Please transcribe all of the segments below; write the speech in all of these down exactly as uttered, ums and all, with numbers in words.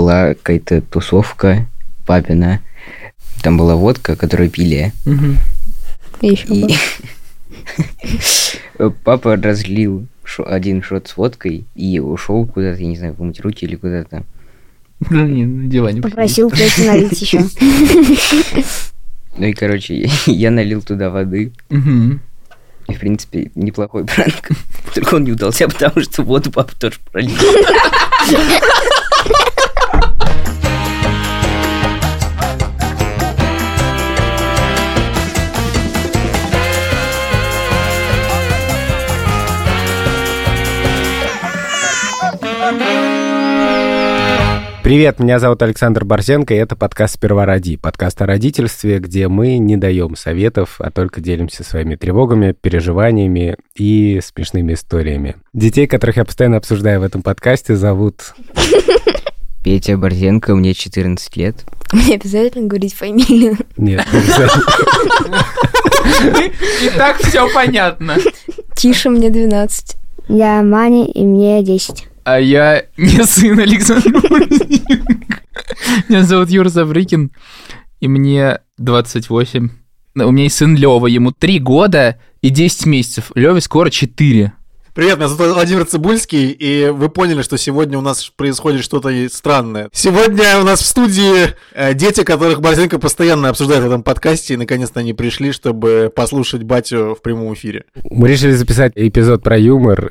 была какая-то тусовка папина. Там была водка, которую пили. Угу. Еще И папа разлил один шот с водкой и ушел куда-то, я не знаю, помыть руки или куда-то. Ну, не, на диване. Попросил Петю налить еще. Ну и, короче, я налил туда воды. Угу. И, в принципе, неплохой пранк. Только он не удался, потому что воду папа тоже пролил. Привет, меня зовут Александр Борзенко, и это подкаст «Сперва роди», подкаст о родительстве, где мы не даем советов, а только делимся своими тревогами, переживаниями и смешными историями. Детей, которых я постоянно обсуждаю в этом подкасте, зовут... Петя Борзенко, мне четырнадцать лет. Мне обязательно говорить фамилию? Нет, не обязательно. И так все понятно. Тише, мне двенадцать. Я Маня, и мне десять. А я не сын Александра Борзенко. Меня зовут Юра Забрыкин, и мне двадцать восемь. У меня есть сын Лёва, ему три года и десять месяцев. Лёве скоро четыре. Привет, меня зовут Владимир Цибульский, и вы поняли, что сегодня у нас происходит что-то странное. Сегодня у нас в студии э, дети, которых Борзенко постоянно обсуждает в этом подкасте, и наконец-то они пришли, чтобы послушать батю в прямом эфире. Мы решили записать эпизод про юмор,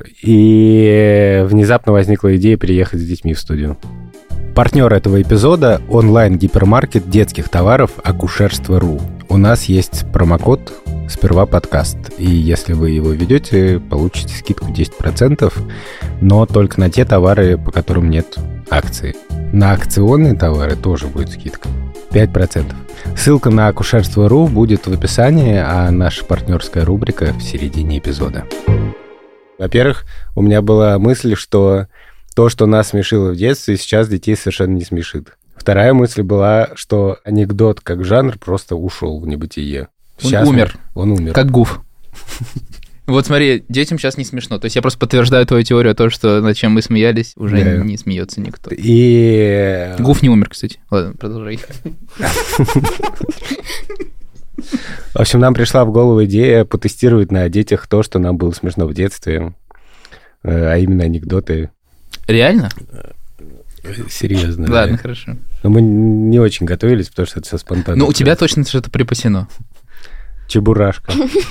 и внезапно возникла идея приехать с детьми в студию. Партнер этого эпизода – онлайн-гипермаркет детских товаров акушерство точка ру. У нас есть промокод «Сперва подкаст», и если вы его введете, получите скидку десять процентов, но только на те товары, по которым нет акции. На акционные товары тоже будет скидка пять процентов. Ссылка на акушерство точка ру будет в описании, а наша партнерская рубрика в середине эпизода. Во-первых, у меня была мысль, что то, что нас смешило в детстве, сейчас детей совершенно не смешит. Вторая мысль была, что анекдот как жанр просто ушел в небытие. Сейчас он умер. Он умер. Как гуф. Вот смотри, детям сейчас не смешно. То есть я просто подтверждаю твою теорию, то, что над чем мы смеялись, уже да. не смеется никто. И... Гуф не умер, кстати. Ладно, продолжай. В общем, нам пришла в голову идея потестировать на детях то, что нам было смешно в детстве, а именно анекдоты. Реально? Серьезно. Ладно, да. хорошо. Но мы не очень готовились, потому что это все спонтанно. Ну, у тебя точно что-то припасено. Чебурашка.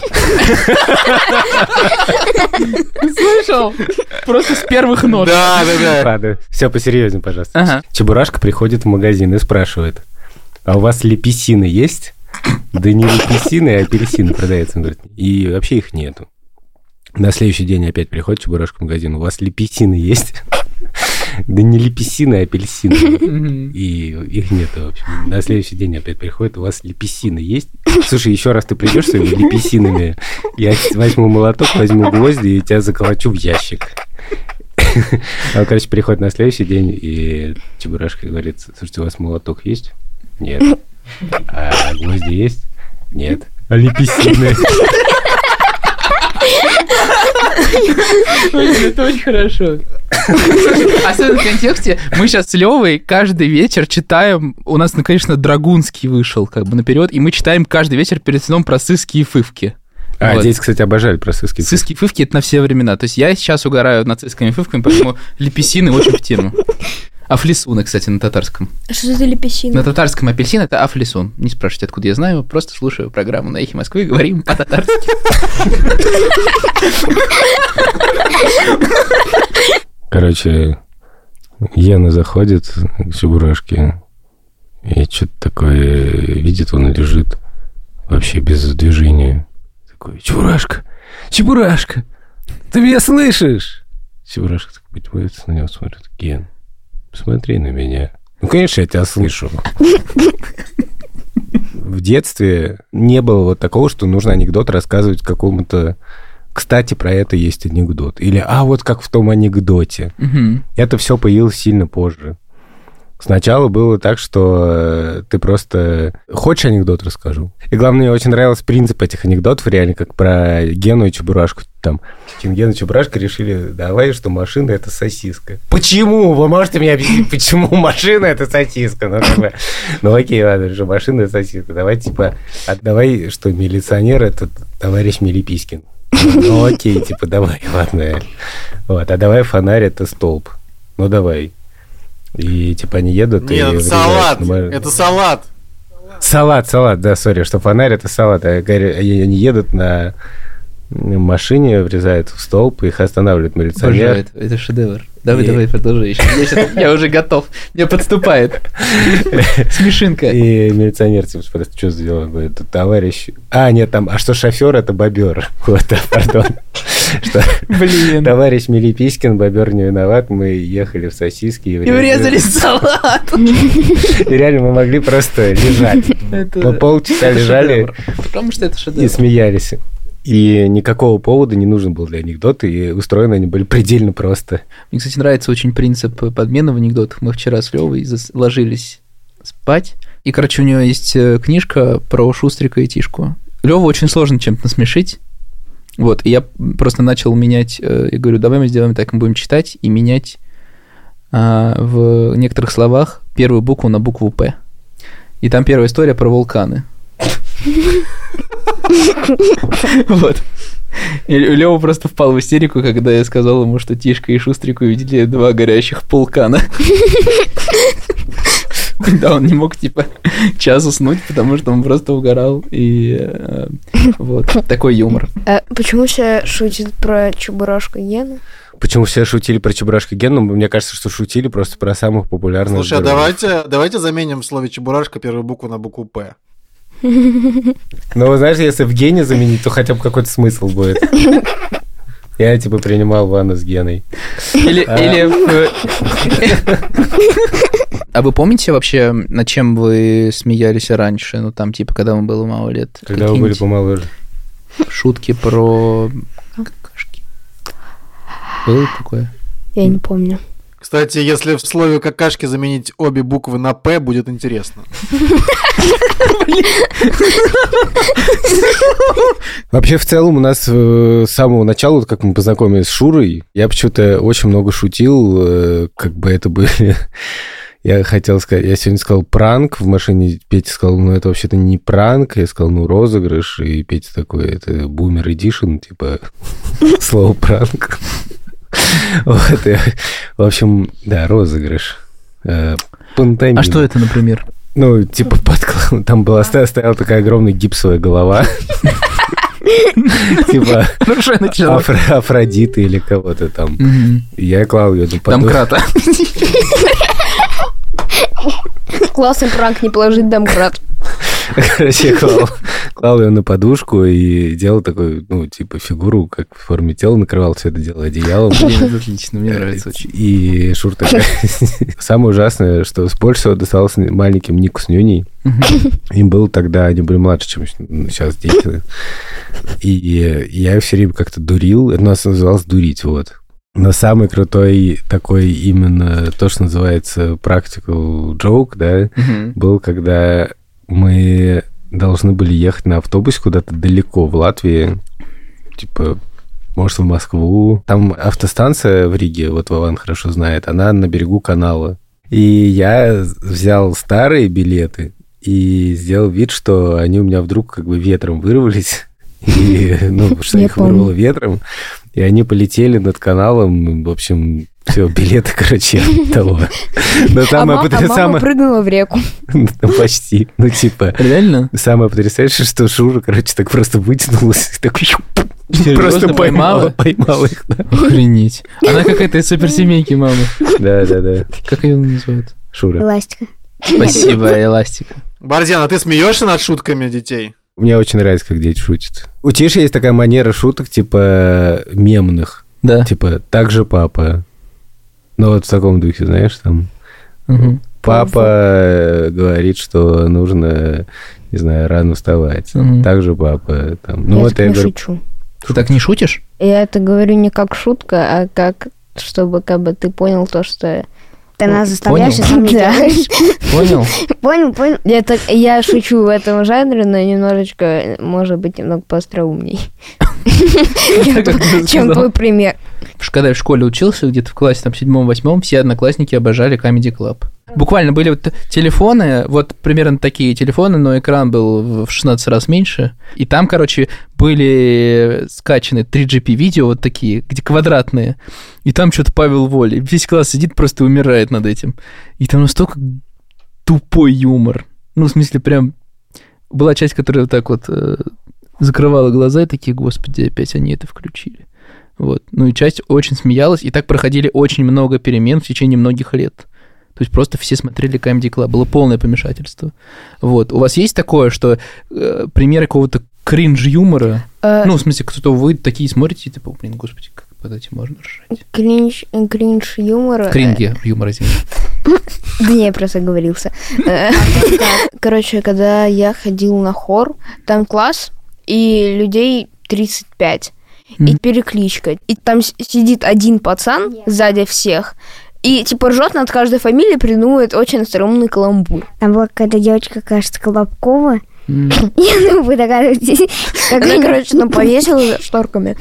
Слышал? Просто с первых нот. Да, да, да. Ладно, все посерьезнее, пожалуйста. Ага. Чебурашка приходит в магазин и спрашивает: а у вас лепесины есть? Да не лепесины, а апельсины продаются. Он говорит, и вообще их нету. На следующий день опять приходит Чебурашка в магазин: у вас лепесины есть? Да не лепесины, а апельсины. И их нет, в общем. На следующий день опять приходит: у вас лепесины есть? Слушай, еще раз ты придешь своими лепесинами, я возьму молоток, возьму гвозди и тебя заколочу в ящик. А он, короче, приходит на следующий день, и Чебурашка говорит: слушайте, у вас молоток есть? Нет. А гвозди есть? Нет. А лепесины? Это очень хорошо. Особенно в контексте, мы сейчас с Левой каждый вечер читаем, у нас, ну, конечно, Драгунский вышел как бы наперед, и мы читаем каждый вечер перед сном про сыски и фывки. А, вот. Дети, кстати, обожали про сыски и фывки. Сыски и фывки — это на все времена. То есть я сейчас угораю над сысками и фывками, поэтому лепесины очень в тему. Афлисуны, кстати, на татарском. Что за лепесины? На татарском апельсин — это афлисун. Не спрашивайте, откуда я знаю, просто слушаю программу на Эхе Москвы и говорим по-татарски. Короче, Яна заходит к Чебурашке, и что-то такое видит, он лежит вообще без движения. Такой: Чебурашка, Чебурашка, ты меня слышишь? Чебурашка такой поднимается на него, смотрит: Ген, посмотри на меня. Ну, конечно, я тебя слышу. В детстве не было вот такого, что нужно анекдот рассказывать какому-то... Кстати, про это есть анекдот. Или, а вот как в том анекдоте. Угу. Это все появилось сильно позже. Сначала было так, что ты просто... Хочешь анекдот расскажу? И главное, мне очень нравился принцип этих анекдотов, реально, как про Гену и Чебурашку. Там Ген и Чебурашка решили, давай, что машина — это сосиска. Почему? Вы можете мне объяснить, почему машина — это сосиска? Ну, как бы, ну окей, ладно, что машина — это сосиска. Давай, типа, а давай, что милиционер — это товарищ Мелипискин. Ну окей, типа, давай, ладно. Вот, а давай фонарь — это столб. Ну давай. И типа они едут... Нет, и салат! на... Это салат! Салат, салат, да, сори, что фонарь — это салат. А они едут на машине, врезают в столб, их останавливает милиционер. Боже, это, это шедевр. Давай, и... давай, продолжай еще. Я, сейчас, я уже готов. Мне подступает. Смешинка. И милиционер типа спрашивает, что сделал? Он говорит, товарищ... А, нет, там, а что шофер — это бобер. Вот, пардон. Что, блин. Товарищ Мелипискин, бобер не виноват, мы ехали в сосиски и врезали, и врезали салат. И реально мы могли просто лежать. Это, мы полчаса лежали потому что это шедевр. И смеялись. И никакого повода не нужен был для анекдота, и устроены они были предельно просто. Мне, кстати, нравится очень принцип подмены в анекдотах. Мы вчера с Лёвой ложились спать, и, короче, у него есть книжка про Шустрика и Тишку. Лёву очень сложно чем-то насмешить. Вот, и я просто начал менять, я говорю, давай мы сделаем так, мы будем читать и менять а, в некоторых словах первую букву на букву «П». И там первая история про вулканы. Вот. И Лёва просто впал в истерику, когда я сказал ему, что Тишка и Шустрик увидели два горящих вулкана. Да, он не мог, типа, час уснуть, потому что он просто угорал. И э, вот, такой юмор. А почему все шутят про Чебурашку Гену? Почему все шутили про Чебурашку Гену? Мне кажется, что шутили просто про самых популярных. Слушай, а давайте, давайте заменим в слове Чебурашка первую букву на букву «П». Ну, знаешь, если в Гене заменить, то хотя бы какой-то смысл будет. Я, типа, принимал ванну с Геной. Или... А, или... а вы помните вообще, над чем вы смеялись раньше? Ну, там, типа, когда вам было мало лет? Когда вы были помоложе. Шутки про какашки. Было такое? Я не помню. Кстати, если в слове какашки заменить обе буквы на «П», будет интересно. Вообще, в целом, у нас с самого начала, как мы познакомились с Шурой, я почему-то очень много шутил, как бы это были... Я хотел сказать, я сегодня сказал пранк, в машине Петя сказал, ну, это вообще-то не пранк, я сказал, ну, розыгрыш, и Петя такой, это бумер эдишн, типа, слово пранк. Вот, и, в общем, да, розыгрыш. Пантомим. А что это, например? Ну, типа, подклад... там была стояла такая огромная гипсовая голова. Типа Афродиты или кого-то там. Я клал ее на подушку. Домкрата. Классный пранк, не положить домкрат. Короче, я клал, клал ее на подушку и делал такую, ну, типа, фигуру, как в форме тела, накрывал все это дело одеялом. Блин, это отлично, мне нравится очень. И Шур такая... Самое ужасное, что больше всего досталось маленьким Нику с Нюней. Им было тогда, они были младше, чем сейчас дети. И я их все время как-то дурил. Это у нас называлось «дурить», вот. Но самый крутой такой именно то, что называется practical joke, да, uh-huh. был, когда мы должны были ехать на автобусе куда-то далеко в Латвии, типа, может, в Москву. Там автостанция в Риге, вот Вован хорошо знает, она на берегу канала. И я взял старые билеты и сделал вид, что они у меня вдруг как бы ветром вырвались. И, ну, что их вырвало ветром. И они полетели над каналом. В общем, все, билеты, короче, того. Но самое а потрясающее... мама, мама прыгнула в реку. Ну, почти. Ну, типа... Реально? Самое потрясающее, что Шура, короче, так просто вытянулась. Так... Просто поймала? Поймала их, да. Охренеть. Она какая-то из суперсемейки, мама. Да, да, да. Как ее называют? Шура. Эластика. Спасибо, Эластика. Борзян, а ты смеешься над шутками детей? Мне очень нравится, как дети шутят. У Тиши есть такая манера шуток, типа, мемных. Да. Типа, так же папа. Ну, вот в таком духе, знаешь, там... Угу. Папа говорит, что нужно, не знаю, рано вставать. Угу. Так же папа. Там. Ну, я вот так я не говорю... шучу. Ты так не шутишь? Я это говорю не как шутка, а как, чтобы как бы ты понял то, что Ты нас заставляешь, и сам не Да. делаешь. Понял? Понял, понял. Я, так, я шучу в этом жанре, но немножечко, может быть, немного поостроумней, чем Как твой- ты чем сказал. твой пример. Когда я в школе учился, где-то в классе там седьмом-восьмом, все одноклассники обожали Comedy Club. Буквально были вот телефоны, вот примерно такие телефоны, но экран был в шестнадцать раз меньше. И там, короче, были скачаны три джи пи видео вот такие, где квадратные. И там что-то Павел Воля. Весь класс сидит, просто умирает над этим. И там настолько тупой юмор. Ну, в смысле, прям была часть, которая вот так вот э, закрывала глаза и такие, господи, опять они это включили. Вот. Ну и часть очень смеялась, и так проходили очень много перемен в течение многих лет. То есть просто все смотрели Comedy Club, было полное помешательство. Вот. У вас есть такое, что э, примеры какого-то кринж-юмора? Э, Ну, в смысле, кто-то вы такие смотрите, типа, блин, господи, как под этим можно ржать? Кринж, кринж юмора. Кринги юмора, извини. Да не, я просто оговорился. Э, Короче, когда я ходил на хор, там класс, и людей тридцать пять. И Мгм. перекличка. И там с- сидит один пацан сзади всех, и типа ржет над каждой фамилией, придумывает очень остроумный каламбур. Там была какая-то девочка, кажется, Колобкова. М. Ну, вы догадываетесь. как Она, они- короче, там повесила за шторками.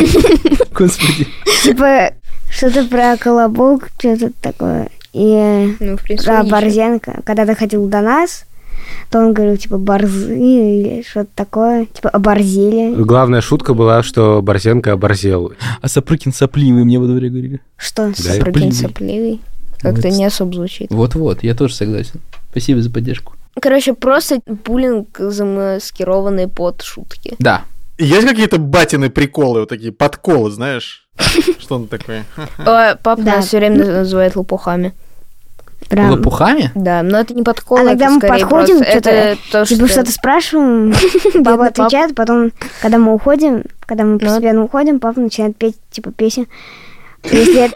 Господи. Типа, что-то про Колобок, что-то такое. И Ну, в принципе, про логично. Борзенко. Когда доходил до нас, то он говорил, типа, борзы или что-то такое. Типа, оборзели. Главная шутка была, что Борзенко оборзел. А Сапрыкин сопливый, мне во дворе говорили. Что? Да, Прикинь, сопливый. сопливый. Как-то Вот. не особо звучит. Вот-вот, я тоже согласен. Спасибо за поддержку. Короче, просто буллинг, замаскированный под шутки. Да. Есть какие-то батины приколы, вот такие подколы, знаешь? Что он такое? А, папа Да. нас все время называет лопухами. Прям. Лопухами? Да, но это не подкол, А это когда мы скорее подходим, просто- что-то- это то, Типа, что... что-то спрашиваем, папа пап. отвечает, потом, когда мы уходим, когда мы Ну. постепенно уходим, папа начинает петь, типа, песню. Если это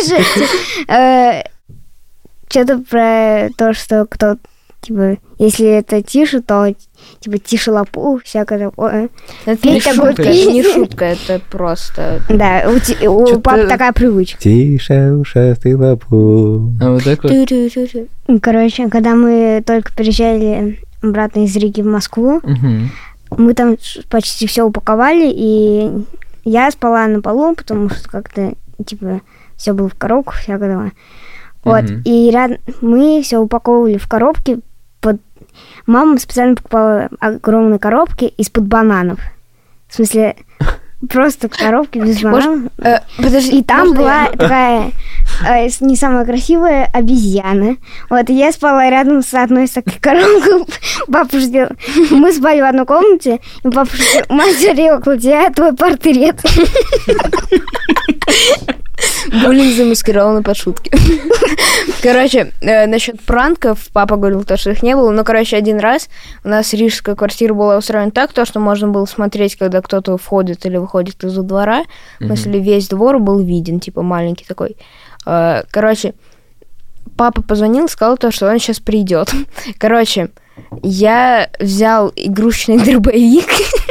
тише, что-то про то, что кто, типа, если это тише, то, типа, тише лапу, всякое такое. Это не Петь такую шутка, это не песню. шутка, это просто... Да, у, те- у Чё-то- папы такая привычка. Тише, ушастый лапу. А вот так вот? Тю-тю-тю-тю. Короче, когда мы только переезжали обратно из Риги в Москву, Мгм. мы там ш- почти все упаковали, и я спала на полу, потому что как-то, типа, все было в коробках, всякое такое. Вот, Мгм. и ряд... мы все упаковывали в коробки. Под... Мама специально покупала огромные коробки из-под бананов. В смысле, просто коробки без бананов. Э, Подожди, И там можно была я- такая э, с- не самая красивая обезьяна. Вот, и я спала рядом с одной из таких коробок. Папа ждет. Мы спали в одной комнате, и папа ждет. Мать говорила, у тебя твой портрет. Буллинг замаскированный под шутки. Короче, э, насчет пранков, папа говорил, то, что их не было. Но, короче, один раз у нас рижская квартира была устроена так, то, что можно было смотреть, когда кто-то входит или выходит из-за двора. В смысле, весь двор был виден, типа маленький такой. Э, Короче, папа позвонил, сказал то, что он сейчас придет. Короче, я взял игрушечный дробовик,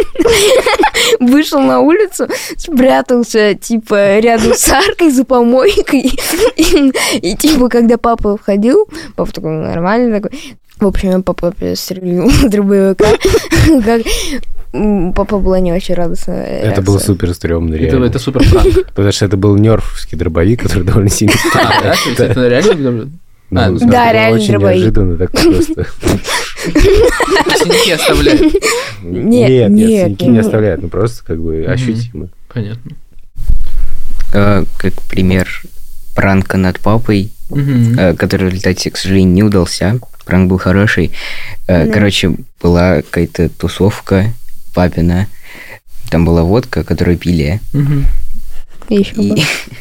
вышел на улицу, спрятался, типа, рядом с аркой за помойкой. И, и, типа, когда папа входил, папа такой нормальный такой. В общем, я папа стрелил дробовика. Как... м, Папа была не очень радостная. Это был супер стрёмно, Это, реально. это супер пранк. Потому что это был нерфовский дробовик, который довольно сильно... А, да? То есть это реально... Ну, А, ну, это да, было реально очень дробовик. неожиданно так просто. Синяки оставляют. Нет, Нет, нет, нет, синяки ну- не оставляют, ну просто как бы Мгм. ощутимо. Понятно. Э, Как пример пранка над папой, Мгм. э, который в результате, к сожалению, не удался. Пранк был хороший. Э, Да. Короче, была какая-то тусовка папина. Там была водка, которую пили. Мгм. Еще И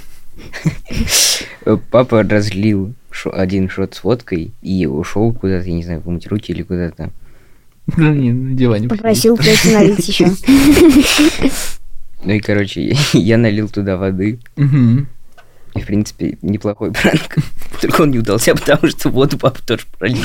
папа разлил шо- один шот с водкой и ушел куда-то, я не знаю, помыть руки или куда-то. Ну, не, на диване. Попросил тетю налить еще. Ну и, короче, я налил туда воды. Мгм. И, в принципе, неплохой пранк. Только он не удался, потому что воду папа тоже пролил.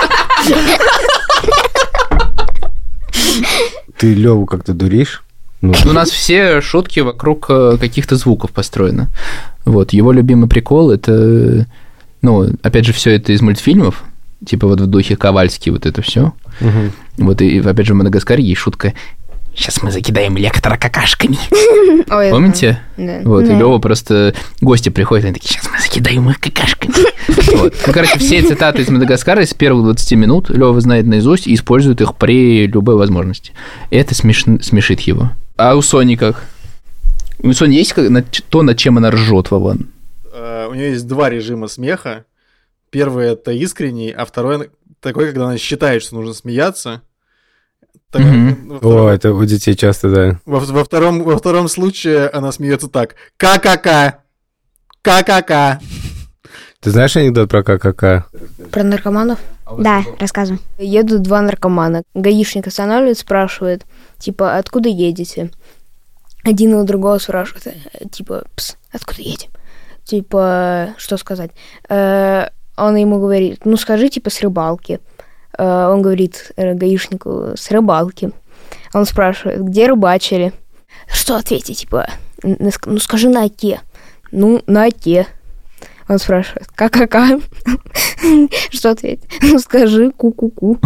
Ты Леву как-то дуришь? Ну, У нас все шутки вокруг э, каких-то звуков построены. Вот, его любимый прикол — это Ну, опять же, все это из мультфильмов, типа вот в духе Ковальский, вот это все. Угу. Вот и, опять же, в Мадагаскаре есть шутка: сейчас мы закидаем лектора какашками. Ой, Помните? Да. Вот, и Да. Лёва просто... Гости приходят, и они такие: сейчас мы закидаем их какашками. Вот. Ну, короче, все цитаты из Мадагаскара из первых двадцати минут Лёва знает наизусть и использует их при любой возможности. И это смеш- смешит его. А у Сони как? У Сони есть как- на- то, над чем она ржет, Вован? Э, У нее есть два режима смеха. Первый — это искренний, а второй такой, когда она считает, что нужно смеяться. Так, Мгм. во О, втором- это у детей часто, да. Во, во втором, во втором случае она смеется так. Ка-ка-ка. Ка-ка-ка. Ты знаешь анекдот про ККК? Про наркоманов? Да, рассказывай. Едут два наркомана. Гаишник останавливает, спрашивает, типа, откуда едете? Один у другого спрашивает, э, типа, пс, откуда едем? Типа, что сказать? Э, он ему говорит, ну скажи, типа, с рыбалки. Э, он говорит э, гаишнику, с рыбалки. Он спрашивает, где рыбачили? Что ответить, типа, «Н- ск- ну скажи на оке. Ну, на оке. Он спрашивает, ка-ка-ка. Что ответить? Ну скажи, ку-ку-ку.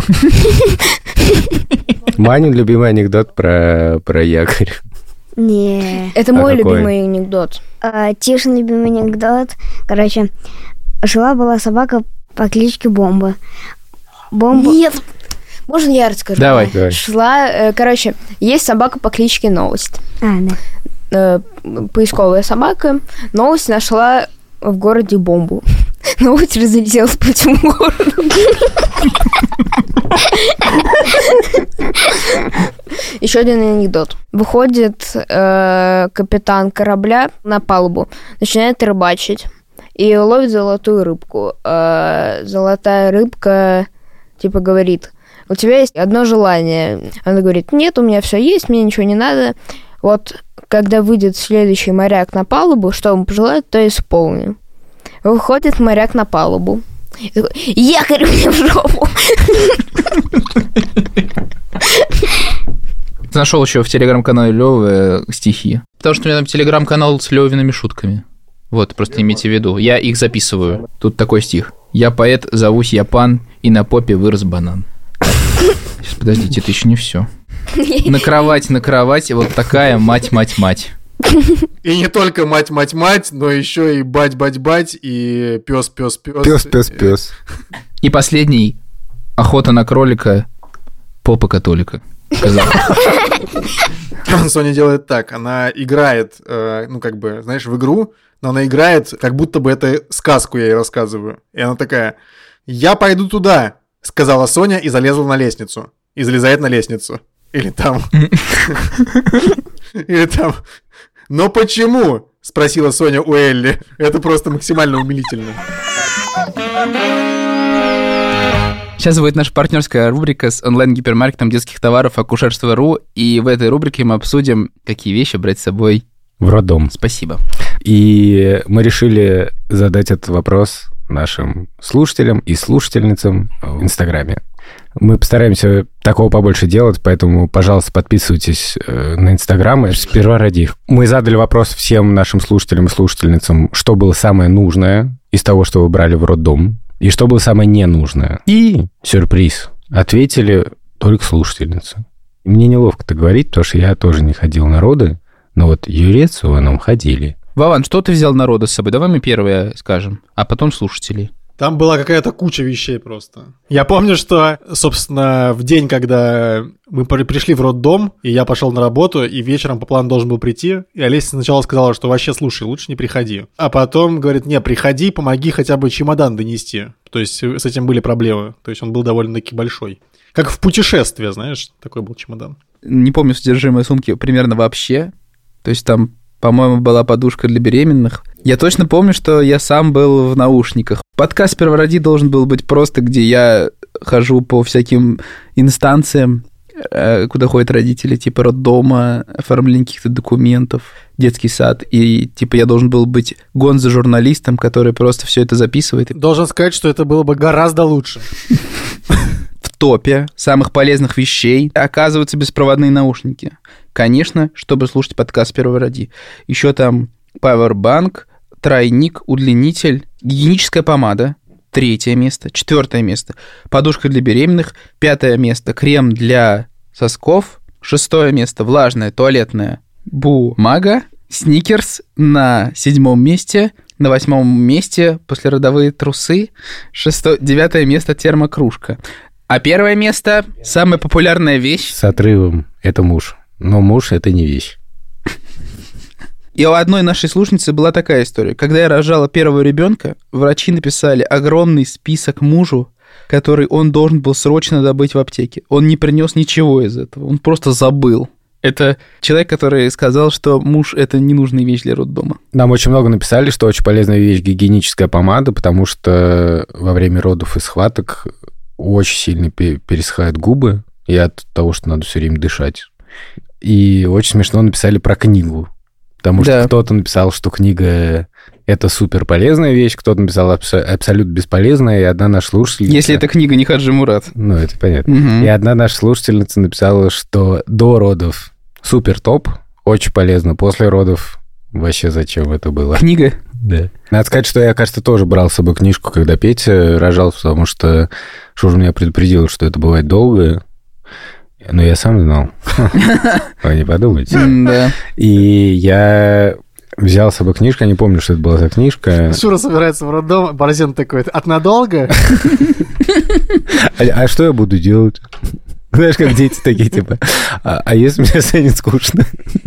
Манин любимый анекдот про, про якорь. Не. Это А мой какой? любимый анекдот. А, Тишин любимый анекдот. Короче, жила-была собака по кличке Бомба. Бомба... Нет. Можно я расскажу? Давай. Давай. Шла, э, короче, есть собака по кличке Новость. А, да. Э, Поисковая собака. Новость нашла в городе бомбу. Новость разлетелась по всему городу. Еще один анекдот. Выходит э, капитан корабля на палубу, начинает рыбачить и ловит золотую рыбку. Э, золотая рыбка типа говорит: у тебя есть одно желание. Она говорит: нет, у меня все есть, мне ничего не надо. Вот когда выйдет следующий моряк на палубу, что он пожелает, то исполню. Выходит моряк на палубу. И такой: якорь мне в жопу. Нашел еще в телеграм-канале Лёвы стихи. Потому что у меня там телеграм-канал с Лёвиными шутками. Вот, просто имейте в виду. Я их записываю. Тут такой стих. Я поэт, зовусь я пан, и на попе вырос банан. Сейчас, подождите, это еще не все. На кровать, на кровать, вот такая мать, мать, мать. И не только мать-мать-мать, но еще и бать-бать-бать, и пес-пес-пес. Пес, пес, пес. И последний. Охота на кролика, попа католика. Сказал. Соня делает так, она играет, э, ну, как бы, знаешь, в игру, но она играет, как будто бы это сказку я ей рассказываю. И она такая: я пойду туда, сказала Соня и залезла на лестницу. И залезает на лестницу. Или там. Или там. Но почему? Спросила Соня у Элли. Это просто максимально умилительно. Сейчас будет наша партнерская рубрика с онлайн-гипермаркетом детских товаров акушерство точка ру, и в этой рубрике мы обсудим, какие вещи брать с собой. В роддом. Спасибо. И мы решили задать этот вопрос нашим слушателям и слушательницам в Инстаграме. Мы постараемся такого побольше делать, поэтому, пожалуйста, подписывайтесь э, на Инстаграм. Сперва ради их. Мы задали вопрос всем нашим слушателям и слушательницам, что было самое нужное из того, что вы брали в роддом, и что было самое ненужное. И, сюрприз, ответили только слушательницы. Мне неловко это говорить, потому что я тоже не ходил на роды, но вот Юрий с Иваном ходили. Вован, что ты взял на роды с собой? Давай мы первое скажем, а потом слушатели. Там была какая-то куча вещей просто. Я помню, что, собственно, в день, когда мы при- пришли в роддом, и я пошел на работу, и вечером по плану должен был прийти, и Олеся сначала сказала, что вообще, слушай, лучше не приходи. А потом говорит: не, приходи, помоги хотя бы чемодан донести. То есть с этим были проблемы. То есть он был довольно-таки большой. Как в путешествии, знаешь, такой был чемодан. Не помню содержимое сумки примерно вообще. То есть там, по-моему, была подушка для беременных. Я точно помню, что я сам был в наушниках. Подкаст «Первороди» должен был быть просто, где я хожу по всяким инстанциям, куда ходят родители, типа роддома, оформление каких-то документов, детский сад. И типа я должен был быть гонзо-журналистом, который просто все это записывает. Должен сказать, что это было бы гораздо лучше. В топе самых полезных вещей оказываются беспроводные наушники. Конечно, чтобы слушать подкаст «Первороди». Еще там Powerbank, тройник, удлинитель, гигиеническая помада. Третье место. Четвертое место. Подушка для беременных. Пятое место. Крем для сосков. Шестое место. Влажная туалетная бумага. Сникерс на седьмом месте. На восьмом месте послеродовые трусы. Шесто... Девятое место термокружка. А первое место – самая популярная вещь. С отрывом. Это муж. Но муж – это не вещь. И у одной нашей слушницы была такая история. Когда я рожала первого ребенка, врачи написали огромный список мужу, который он должен был срочно добыть в аптеке. Он не принес ничего из этого. Он просто забыл. Это человек, который сказал, что муж – это ненужная вещь для роддома. Нам очень много написали, что очень полезная вещь – гигиеническая помада, потому что во время родов и схваток очень сильно пересыхают губы, и от того, что надо все время дышать. И очень смешно написали про книгу, потому что да. кто-то написал, что книга – это супер полезная вещь, кто-то написал абс- абсолютно бесполезная, и одна наша слушательница... Если эта книга не Хаджи Мурат. Ну, это понятно. Угу. И одна наша слушательница написала, что до родов супер топ, очень полезно, после родов вообще зачем это было. Книга? Да. Надо сказать, что я, кажется, тоже брал с собой книжку, когда Петя рожал, потому что Шура меня предупредил, что это бывает долго. Но я сам знал. Вы не подумайте. Да. И я взял с собой книжку, я не помню, что это была за книжка. Шура собирается в роддом, Борзен такой: от надолго? А, а что я буду делать? Знаешь, как дети такие, типа, а, а если мне станет скучно?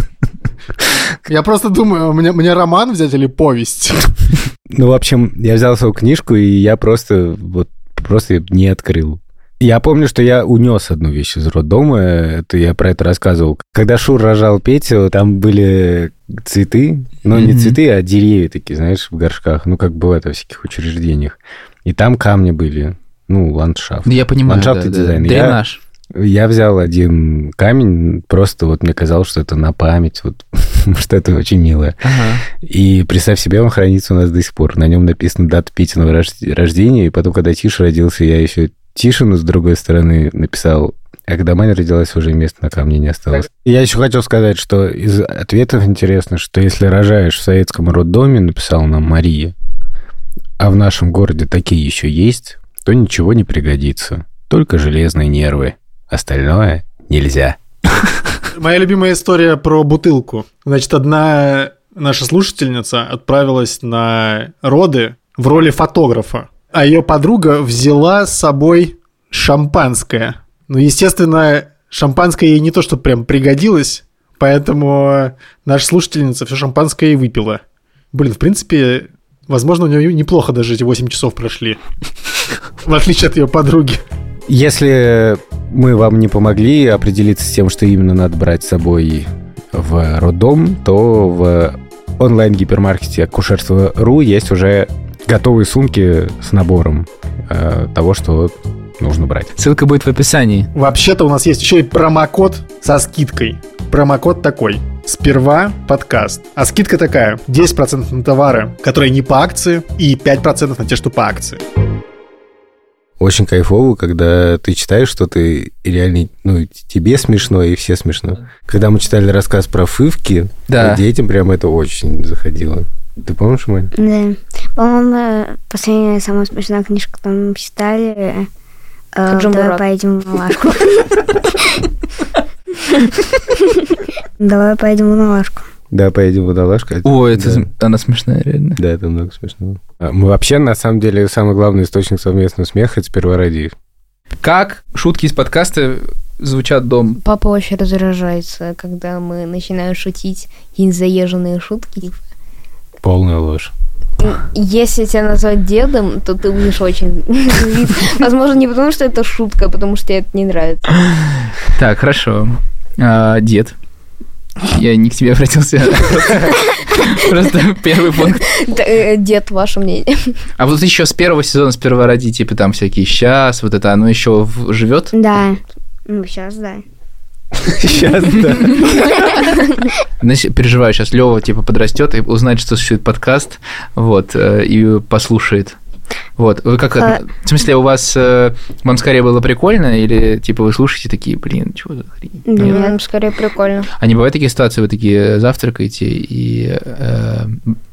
Я просто думаю, мне, мне роман взять или повесть? Ну, в общем, я взял свою книжку, и я просто вот просто не открыл. Я помню, что я унес одну вещь из роддома, это я про это рассказывал. Когда Шур рожал Петю, там были цветы, ну, не mm-hmm. цветы, а деревья такие, знаешь, в горшках, ну, как бывает во всяких учреждениях. И там камни были, ну, ландшафт. Я понимаю, ландшафт да, и дизайн. да. Дренаж. Я взял один камень, просто вот мне казалось, что это на память, вот, что это очень мило. Ага. И представь себе, он хранится у нас до сих пор. На нем написана дата Петиного рождения, и потом, когда Тиша родился, я еще Тишину с другой стороны написал, а когда Маня родилась, уже места на камне не осталось. И я еще хотел сказать, что из ответов интересно, что если рожаешь в советском роддоме, написала нам Мария, а в нашем городе такие еще есть, то ничего не пригодится, только железные нервы. Остальное нельзя. Моя любимая история про бутылку. Значит, одна наша слушательница отправилась на роды в роли фотографа, а ее подруга взяла с собой шампанское. Ну, естественно, шампанское ей не то, что прям пригодилось, поэтому наша слушательница все шампанское и выпила. Блин, в принципе, возможно, у нее неплохо даже эти восемь часов прошли, в отличие от ее подруги. Если мы вам не помогли определиться с тем, что именно надо брать с собой в роддом, то в онлайн-гипермаркете акушерство точка ру есть уже готовые сумки с набором э, того, что нужно брать. Ссылка будет в описании. Вообще-то у нас есть еще и промокод со скидкой. Промокод такой: сперва подкаст. А скидка такая: десять процентов на товары, которые не по акции, и пять процентов на те, что по акции. Очень кайфово, когда ты читаешь что-то, и реально, ну, тебе смешно, и все смешно. Когда мы читали рассказ про фывки, да. детям прям это очень заходило. Ты помнишь, Мань? Да. По-моему, последняя самая смешная книжка, которую мы читали, э, «Давай поедем в Малашку». «Давай поедем в Малашку». Да, поедем в Водолажку. О, это да. Она смешная, реально. Да, это много смешного. Мы вообще, на самом деле, самый главный источник совместного смеха – это «Сперва роди». Как шутки из подкаста звучат дома? Папа очень раздражается, когда мы начинаем шутить какие-нибудь заезженные шутки. Полная ложь. Если тебя назвать дедом, то ты будешь очень злить. Возможно, не потому, что это шутка, а потому что тебе это не нравится. Так, хорошо. А, дед. Я не к тебе обратился. Просто первый пункт. Дед, ваше мнение. А вот еще с первого сезона, с первого роди, типа там всякие «сейчас», вот это, оно еще живет? Да. Ну, сейчас, да. Сейчас, да. Значит, переживаю, сейчас Лёва типа подрастет и узнает, что существует подкаст, вот, и послушает. Вот, вы как, а... в смысле, у вас, вам скорее было прикольно, или, типа, вы слушаете такие, блин, чего за хрень? Нет, нам скорее прикольно. А не бывают такие ситуации, вы такие завтракаете, и э,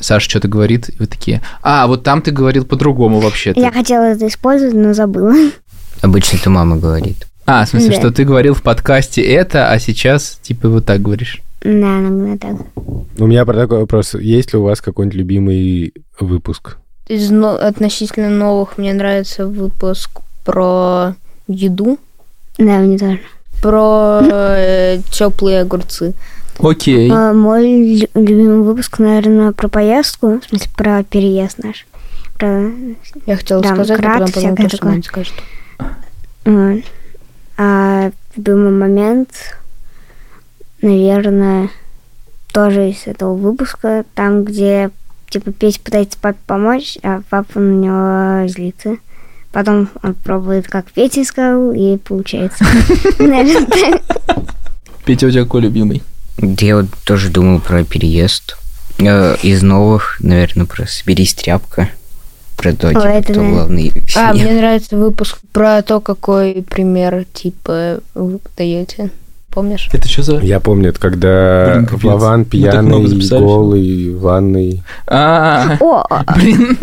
Саша что-то говорит, и вы такие, а, вот там ты говорил по-другому вообще-то. Я хотела это использовать, но забыла. Обычно это мама говорит. А, в смысле, Да. что ты говорил в подкасте это, а сейчас, типа, вот так говоришь. Да, иногда так. У меня про такой вопрос. Есть ли у вас какой-нибудь любимый выпуск? Из но- относительно новых мне нравится выпуск про еду, Да, мне тоже. про теплые огурцы. Окей. А, мой лю- любимый выпуск, наверное, про поездку, в смысле, про переезд наш. Про... Я хотела Да, сказать, крат, но потом подумала, всякое что такое. Надя скажет. вот. А любимый момент, наверное, тоже из этого выпуска, там, где, типа, Петя пытается папе помочь, а папа на него злится. Потом он пробует, как Петя сказал, и получается. Наверное, так. Петя, у тебя какой любимый? Я вот тоже думал про переезд. Э, Из новых, наверное, про «Соберись, тряпка». Про то, О, типа, это кто да. главный в А, семье. мне нравится выпуск про то, какой пример, типа, вы даете. Помнишь? Это что за... Я помню, это когда Блин, капец. Вован Мы так пьяный, много записали голый, в ванной. А, О, блин.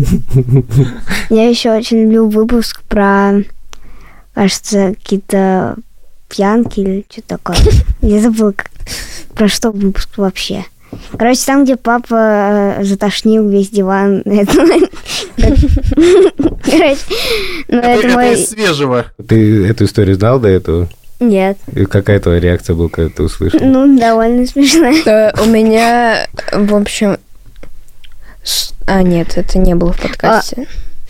я еще очень люблю выпуск про, кажется, какие-то пьянки или что-то такое. Я забыла, как- про что выпуск вообще. Короче, там, где папа э, затошнил весь диван. Это- Короче, ну Это, это это мой... из свежего. Ты эту историю знал до этого? Нет. И какая твоя реакция была, когда ты услышал? Ну, довольно смешно. Э, У меня, в общем... с- А, нет, это не было в подкасте.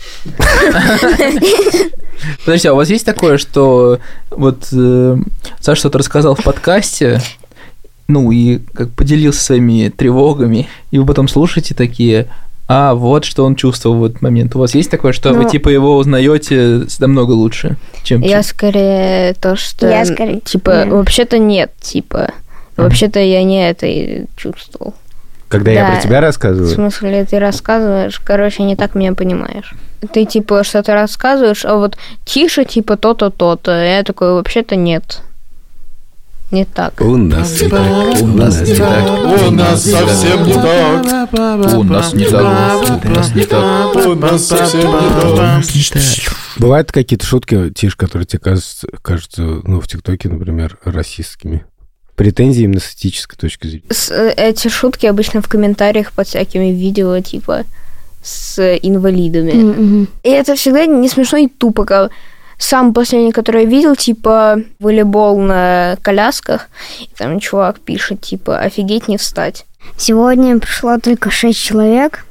Подожди, а у вас есть такое, что вот э, Саша что-то рассказал в подкасте, ну, и как поделился своими тревогами, и вы потом слушаете такие, а, вот что он чувствовал в этот момент. У вас есть такое, что вы, Ну- типа, его узнаете намного лучше, чем... Я скорее то, что... Я скорее- Типа, нет. вообще-то нет, типа... Вообще-то я не это и чувствовал. Когда я Да. про тебя В рассказываю? смысле, ты рассказываешь, короче, не так меня понимаешь. Ты, типа, что-то рассказываешь, а вот тише, типа, то-то, то-то. Я такой, вообще-то нет. Не так. У нас не так, у нас не так. У нас совсем не так. У нас не так, у нас не так. У нас совсем не так. Бывают какие-то шутки, Тиш, которые тебе кажутся, кажутся, ну, в ТикТоке, например, расистскими? Претензии именно с этической точки зрения. С- э, эти шутки обычно в комментариях под всякими видео, типа, с инвалидами. Мгм. И это всегда не смешно и тупо. Как... Сам последний, который я видел, типа, волейбол на колясках, и там чувак пишет, типа, офигеть не встать. Сегодня пришло только шесть человек.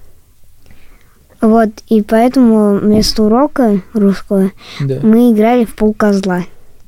Вот, и поэтому вместо урока русского Да. мы играли в полкозла.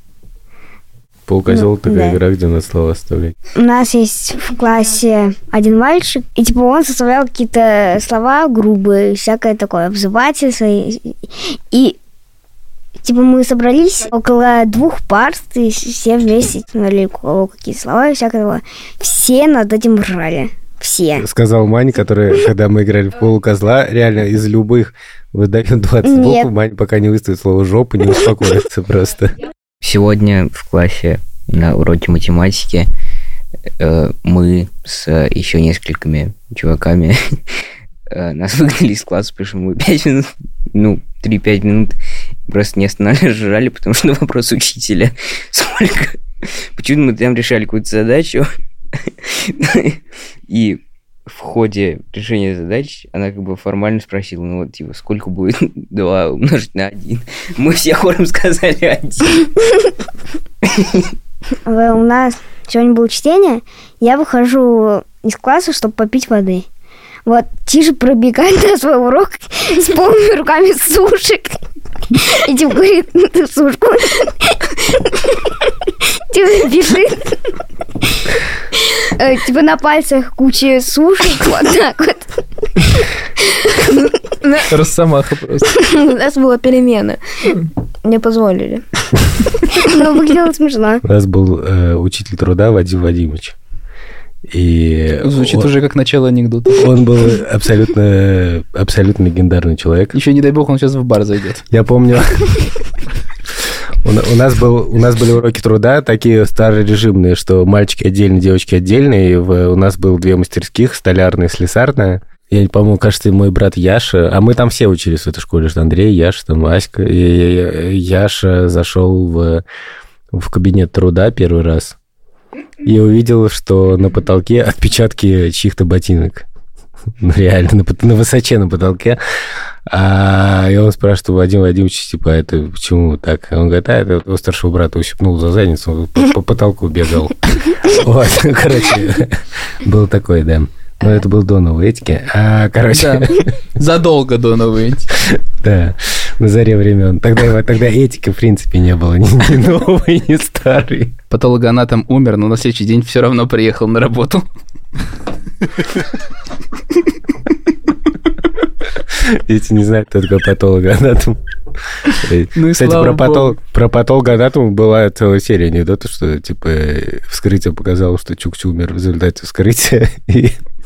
Полкозел Ну, такая да. игра, где надо слова оставлять. У нас есть в классе один мальчик, и типа он составлял какие-то слова грубые, всякое такое, обзывательство. И, и, типа мы собрались около двух пар, и все вместе смотрели, у кого какие слова и всякое такое. Все над этим ржали. Все. Сказал Мань, который, когда мы играли в полукозла, реально из любых выдает двадцать Нет. букв, Мань пока не выставит слово «жопа», не успокоится просто. Сегодня в классе на уроке математики э, мы с еще несколькими чуваками э, нас выгнали из класса, потому что мы пять минут, ну, три-пять минут просто не останавливались, жрали, потому что на вопрос учителя, сколько... Почему мы там решали какую-то задачу, и в ходе решения задач она как бы формально спросила, ну вот, типа, сколько будет два умножить на один? Мы все хором сказали один. Э, У нас сегодня было чтение, я выхожу из класса, чтобы попить воды. Вот, Тиша пробегает на свой урок с полными руками сушек. И типа говорит, ты сушку. Типа бежит. Э, Типа на пальцах куча сушек, вот так вот. Росомаха просто. У нас была перемена. Мне позволили. Но выглядело смешно. У нас был э, учитель труда Вадим Вадимович. И Звучит он, уже как начало анекдота. он был абсолютно, абсолютно легендарный человек. Еще не дай бог, он сейчас в бар зайдет. Я помню, у, на- у нас был, у нас были уроки труда такие старорежимные, что мальчики отдельно, девочки отдельно. И в- у нас было две мастерских, столярная и слесарная. Я, по-моему, кажется, мой брат Яша, а мы там все учились в этой школе, что Андрей, Яша, там Аська, и Яша зашел в, в кабинет труда первый раз и увидел, что на потолке отпечатки чьих-то ботинок. Ну, реально, на, на высоче на потолке. А, и он спрашивает у Вадима Вадимовича, типа, это почему так? А он говорит, а, это у старшего брата ущипнул за задницу, он по, по потолку бегал. Вот, короче, был такой, да. Но это был до новой этики. А, короче... Да. Задолго до новой этики. Да, на заре времен. Тогда, тогда этики, в принципе, не было ни, ни новой, ни старой. Патологоанатом умер, но на следующий день все равно приехал на работу. Дети не знают, кто такой патологоанатом. Ну, кстати, про, патол... про патологоанатом была целая серия анекдотов, что, типа, вскрытие показало, что Чукча умер в результате вскрытия. И...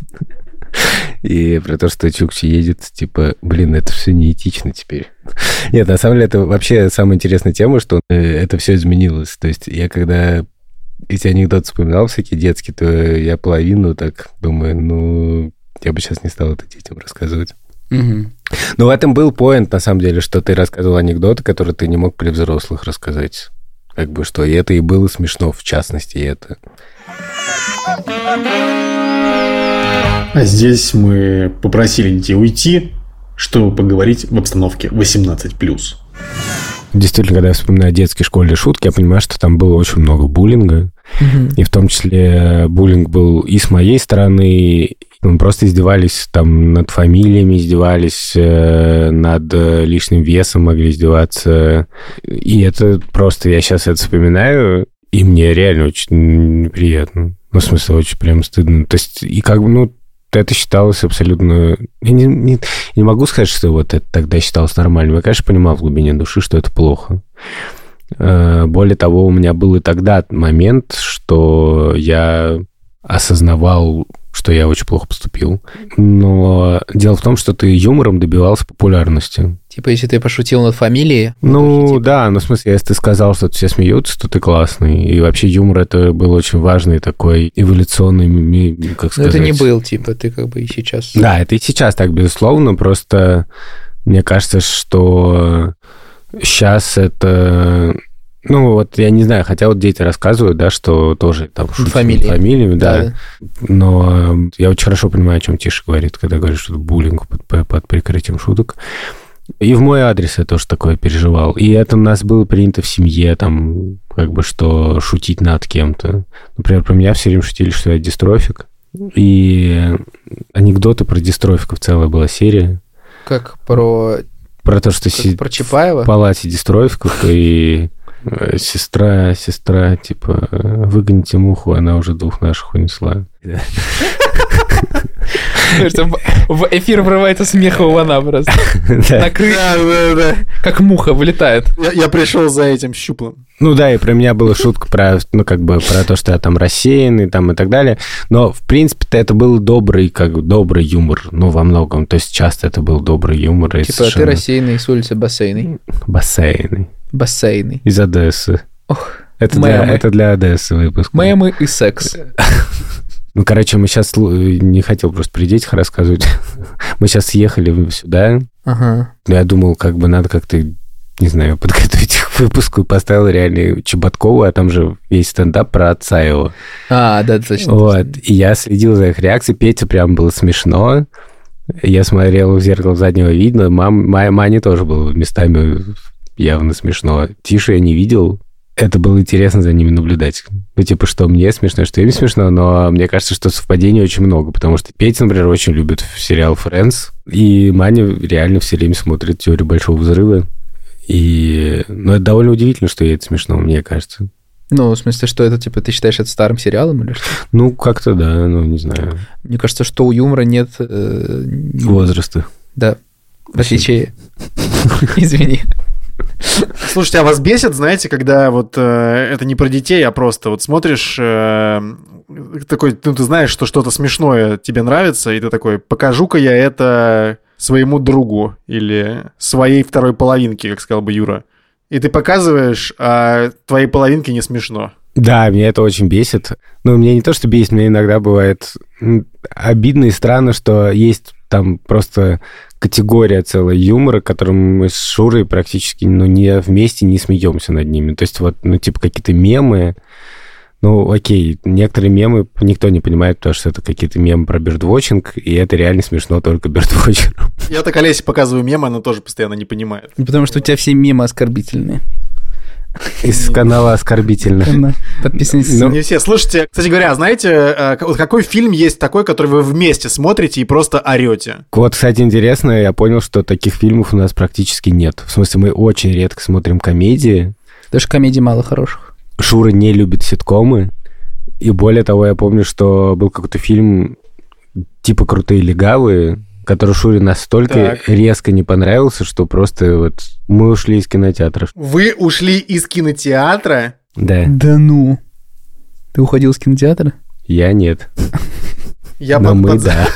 И про то, что Чукча едет, типа, блин, это все неэтично теперь. Нет, на самом деле, это вообще самая интересная тема, что это все изменилось. То есть я когда эти анекдоты вспоминал всякие детские, то я половину так думаю, ну, я бы сейчас не стал это детям рассказывать. Угу. Но в этом был поинт, на самом деле, что ты рассказывал анекдоты, которые ты не мог при взрослых рассказать. Как бы что, и это и было смешно, в частности, это. А здесь мы попросили детей уйти, чтобы поговорить в обстановке восемнадцать плюс. Действительно, когда я вспоминаю детские школьные шутки, я понимаю, что там было очень много буллинга. Mm-hmm. И в том числе буллинг был и с моей стороны. Мы просто издевались там над фамилиями, издевались э, над лишним весом, могли издеваться. И это просто, я сейчас это вспоминаю, и мне реально очень неприятно. Ну, в смысле, очень прям стыдно. То есть, и как бы, ну, это считалось абсолютно... Я не, не, я не могу сказать, что вот это тогда считалось нормальным. Я, конечно, понимал в глубине души, что это плохо. Более того, у меня был и тогда момент, что я осознавал, что я очень плохо поступил. Но дело в том, что ты юмором добивался популярности. Типа, если ты пошутил над фамилией... Ну, типа... да, ну, в смысле, если ты сказал, что все смеются, то ты классный. И вообще юмор это был очень важный такой эволюционный, как сказать... Но это не был, типа, ты как бы и сейчас... Да, это и сейчас так, безусловно, просто мне кажется, что сейчас это... Ну, вот я не знаю, хотя вот дети рассказывают, да, что тоже там шутят Фамилии. фамилиями, да. да. Но я очень хорошо понимаю, о чем Тиша говорит, когда говорит, что это буллинг под, под прикрытием шуток. И в мой адрес я тоже такое переживал. И это у нас было принято в семье, там, как бы, что шутить над кем-то. Например, про меня все время шутили, что я дистрофик. И анекдоты про дистрофиков целая была серия. Как про... Про то, что... Как про Чапаева? В палате дистрофиков и... Сестра, сестра, типа, выгоните муху, она уже двух наших унесла. В эфир врывается смех у Ивана просто. На крышу. Как муха вылетает. Я пришел за этим щуплым. Ну да, и про меня была шутка про, ну, как бы, про то, что я там рассеянный, там, и так далее. Но, в принципе-то, это был добрый, как добрый юмор, ну, во многом. То есть, часто это был добрый юмор. Типа, совершенно... ты рассеянный с улицы Бассейной. Бассейный. Бассейный. Из Одессы. Ох, это, для, это для Одессы выпуск. Мемы и секс. Ну, короче, мы сейчас... Не хотел просто при детях рассказывать. Мы сейчас съехали сюда. Ага. Я думал, как бы надо как-то, не знаю, подготовить их к выпуску. И поставил реально Чеботкову, а там же весь стендап про отца его. А, да, точно. Вот. И я следил за их реакцией. Пете прям было смешно. Я смотрел в зеркало заднего вида. Мам, Мане тоже было местами явно смешно. Тише я не видел. Это было интересно за ними наблюдать. Ну, типа, что мне смешно, что им смешно, но мне кажется, что совпадений очень много, потому что Петя, например, очень любит сериал «Френдс», и Маня реально все время смотрит «Теорию большого взрыва». И... Ну, это довольно удивительно, что ей это смешно, мне кажется. Ну, в смысле, что это, типа, ты считаешь это старым сериалом или что? Ну, как-то да, ну, не знаю. Мне кажется, что у юмора нет... Э, возраста. Да, в отличие... Извини. Слушайте, а вас бесит, знаете, когда вот э, это не про детей, а просто вот смотришь, э, такой, ну, ты знаешь, что что-то смешное тебе нравится, и ты такой, покажу-ка я это своему другу или своей второй половинке, как сказал бы Юра. И ты показываешь, а твоей половинке не смешно. Да, меня это очень бесит. Ну, мне не то, что бесит, мне иногда бывает обидно и странно, что есть там просто категория целая юмора, которым мы с Шурой практически ну, не вместе не смеемся над ними. То есть вот, ну, типа какие-то мемы. Ну, окей, некоторые мемы никто не понимает, потому что это какие-то мемы про бирдвотчинг, и это реально смешно только бирдвотчерам. Я так Олесе показываю мемы, она тоже постоянно не понимает. Потому что у тебя все мемы оскорбительные. Из канала «Оскорбительно». Подписывайтесь. Ну, не все. Слушайте, кстати говоря, знаете, вот какой фильм есть такой, который вы вместе смотрите и просто орете? Вот, кстати, интересно, я понял, что таких фильмов у нас практически нет. В смысле, мы очень редко смотрим комедии. Даже комедий мало хороших. Шура не любит ситкомы. И более того, я помню, что был какой-то фильм типа «Крутые легавые», который Шуре настолько Так. резко не понравился, что просто вот мы ушли из кинотеатра. Вы ушли из кинотеатра? Да. Да ну. Ты уходил с кинотеатра? Я нет. Я Но под- мы, под- да.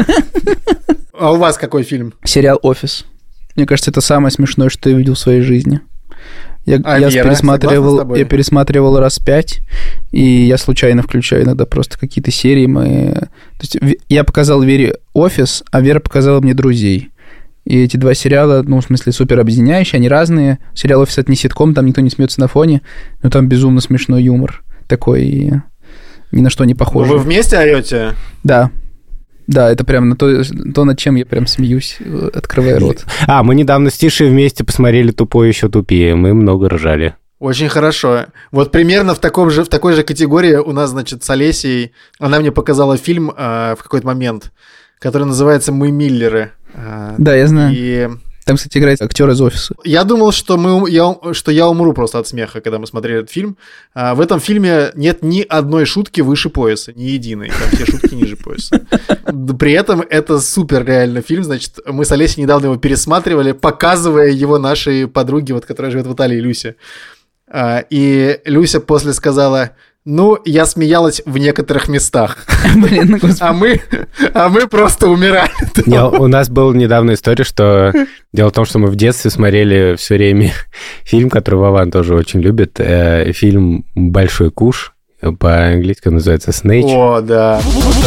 А у вас какой фильм? Сериал «Офис». Мне кажется, это самое смешное, что я видел в своей жизни. Я, А я, Вера, согласна с пересматривал, тобой? я пересматривал раз пять, и я случайно включаю иногда просто какие-то серии. Мы... То есть в- я показал Вере «Офис», а Вера показала мне «Друзей». И эти два сериала, ну, в смысле, супер объединяющие, они разные. Сериал «Офис» — это не ситком, там никто не смеется на фоне, но там безумно смешной юмор такой, ни на что не Ну, похожий. вы вместе орете? Да. Да, это прям на то, то, над чем я прям смеюсь, открывая рот. А, мы недавно с Тишей вместе посмотрели «Тупой еще тупее». Мы много ржали. Очень хорошо. Вот примерно в, таком же, в такой же категории у нас, значит, с Олесей, она мне показала фильм э, в какой-то момент, который называется «Мы Миллеры». Э, Да, я знаю. И Там, кстати, играет актер из «Офиса». я думал, что, мы, ум- я, ум- что я умру просто от смеха, когда мы смотрели этот фильм. А, в этом фильме нет ни одной шутки выше пояса, ни единой. Там все шутки ниже пояса. При этом это супер реально фильм. Значит, мы с Олесей недавно его пересматривали, показывая его нашей подруге, вот, которая живет в Италии, Люсе. А, и Люся после сказала: ну, я смеялась в некоторых местах. Блин, ну, господи. А мы, а мы просто умирали. Не, у нас была недавно история, что дело в том, что мы в детстве смотрели все время фильм, который Вован тоже очень любит, э, фильм «Большой куш», по-английски он называется «Snatch». О, да.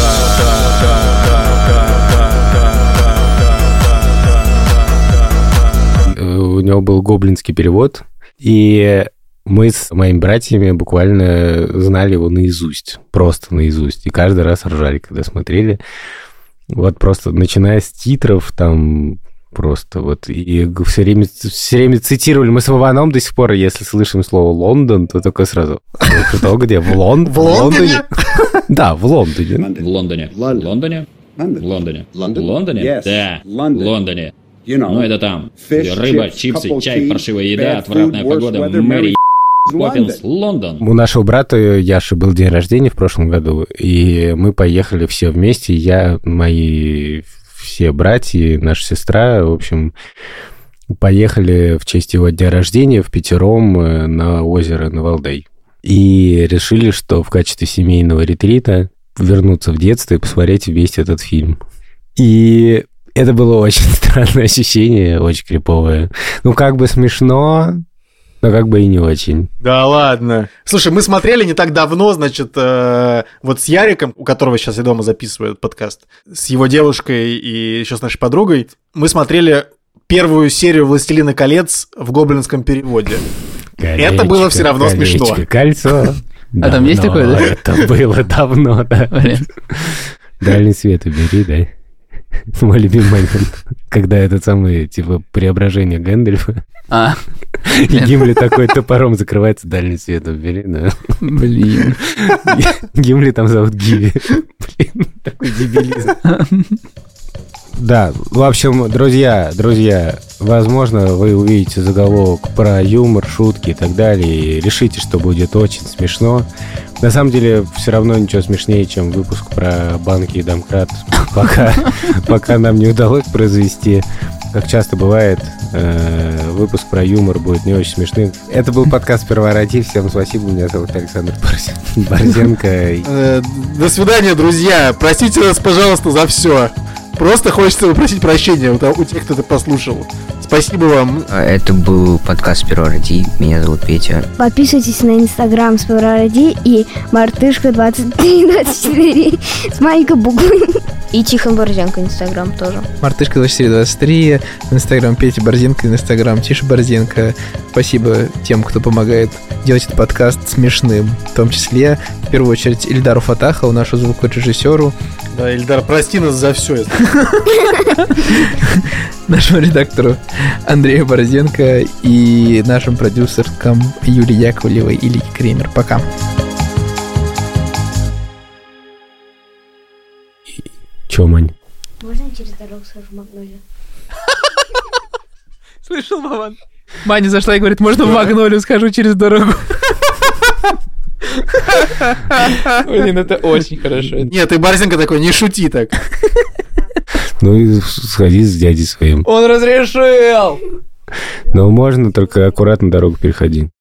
У него был гоблинский перевод, и мы с моими братьями буквально знали его наизусть, просто наизусть, и каждый раз ржали, когда смотрели. Вот просто начиная с титров, там просто вот, и все время, все время цитировали. Мы с Вованом до сих пор, если слышим слово «Лондон», то только сразу: что, где? В Лон- В Лондоне? Да, в Лондоне. В Лондоне. В Лондоне? В Лондоне. В Лондоне? Да, в Лондоне. Ну, это там, где рыба, чипсы, чай, паршивая еда, отвратная погода, Мэри Поппинс, Лондон. У нашего брата Яши был день рождения в прошлом году, и мы поехали все вместе. Я, мои все братья, наша сестра, в общем, поехали в честь его дня рождения в пятером на озеро на Валдай. И решили, что в качестве семейного ретрита вернуться в детство и посмотреть вместе этот фильм. И это было очень странное ощущение, очень криповое. Ну, как бы смешно, но как бы и не очень. Да ладно. Слушай, мы смотрели не так давно, значит, э, вот с Яриком, у которого сейчас я дома записываю этот подкаст, с его девушкой и еще с нашей подругой, мы смотрели первую серию «Властелина колец» в гоблинском переводе. Колечко, Это было все равно колечко, смешно. Кольцо. А там есть Давно, такое, да? Это было давно, да. Блин. Дальний свет убери, да. Мой любимый момент, когда этот самый, типа, преображение Гэндальфа, А, и Гимли такой топором закрывается, дальний свет убери, да. блин. Гимли там зовут Гиви. Блин, такой дебилизм. Да, в общем, друзья, друзья, возможно, вы увидите заголовок про юмор, шутки и так далее, и решите, что будет очень смешно. На самом деле, все равно ничего смешнее, чем выпуск про банки и домкрат, пока, пока нам не удалось произвести. Как часто бывает, э, выпуск про юмор будет не очень смешным. Это был подкаст «Первородив». Всем спасибо. Меня зовут Александр Борзен- Борзенко. Э, До свидания, друзья. Простите нас, пожалуйста, за все. Просто хочется попросить прощения у, того- у тех, кто это послушал. Спасибо вам. А Это был подкаст «Первородив». Меня зовут Петя. Подписывайтесь на инстаграм Сперва Ради и Мартышка двадцать три двадцать четыре с маленькой буквой. И Тихон Борзенко Инстаграм тоже. Мартышка двадцать четыре двадцать три, в Инстаграм Петя Борзенко, в Инстаграм Тиша Борзенко. Спасибо тем, кто помогает делать этот подкаст смешным. В том числе, в первую очередь, Ильдару Фатахову, нашу звукорежиссеру. Да, Ильдар, прости нас за все. Нашему редактору Андрею Борзенко и нашим продюсеркам Юлии Яковлевой и Лике Кремер. Пока. Чё, Мань? Можно я через дорогу схожу в Магнолию? Слышал, Вован? Маня зашла и говорит, можно в Магнолию схожу через дорогу? Блин, это очень хорошо. Нет, ты, Борзенко, такой, не шути так. Ну и сходи с дядей своим. Он разрешил! Но можно, только аккуратно дорогу переходи.